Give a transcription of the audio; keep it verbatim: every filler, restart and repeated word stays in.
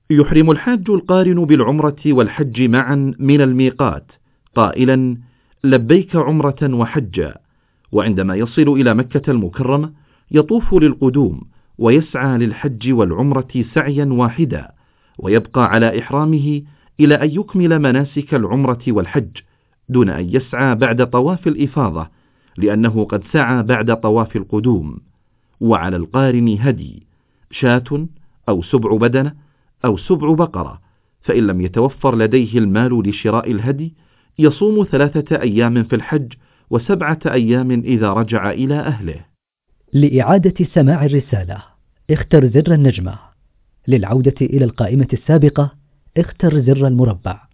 يحرم الحاج القارن بالعمرة والحج معا من الميقات قائلا لبيك عمرة وحجا، وعندما يصل إلى مكة المكرمة يطوف للقدوم ويسعى للحج والعمرة سعيا واحدا، ويبقى على إحرامه إلى أن يكمل مناسك العمرة والحج دون أن يسعى بعد طواف الإفاضة، لأنه قد سعى بعد طواف القدوم. وعلى القارن هدي شاة أو سبع بدنة أو سبع بقرة، فإن لم يتوفر لديه المال لشراء الهدي يصوم ثلاثة أيام في الحج وسبعة أيام إذا رجع إلى أهله. لإعادة سماع الرسالة اختر زر النجمة. للعودة إلى القائمة السابقة اختر زر المربع.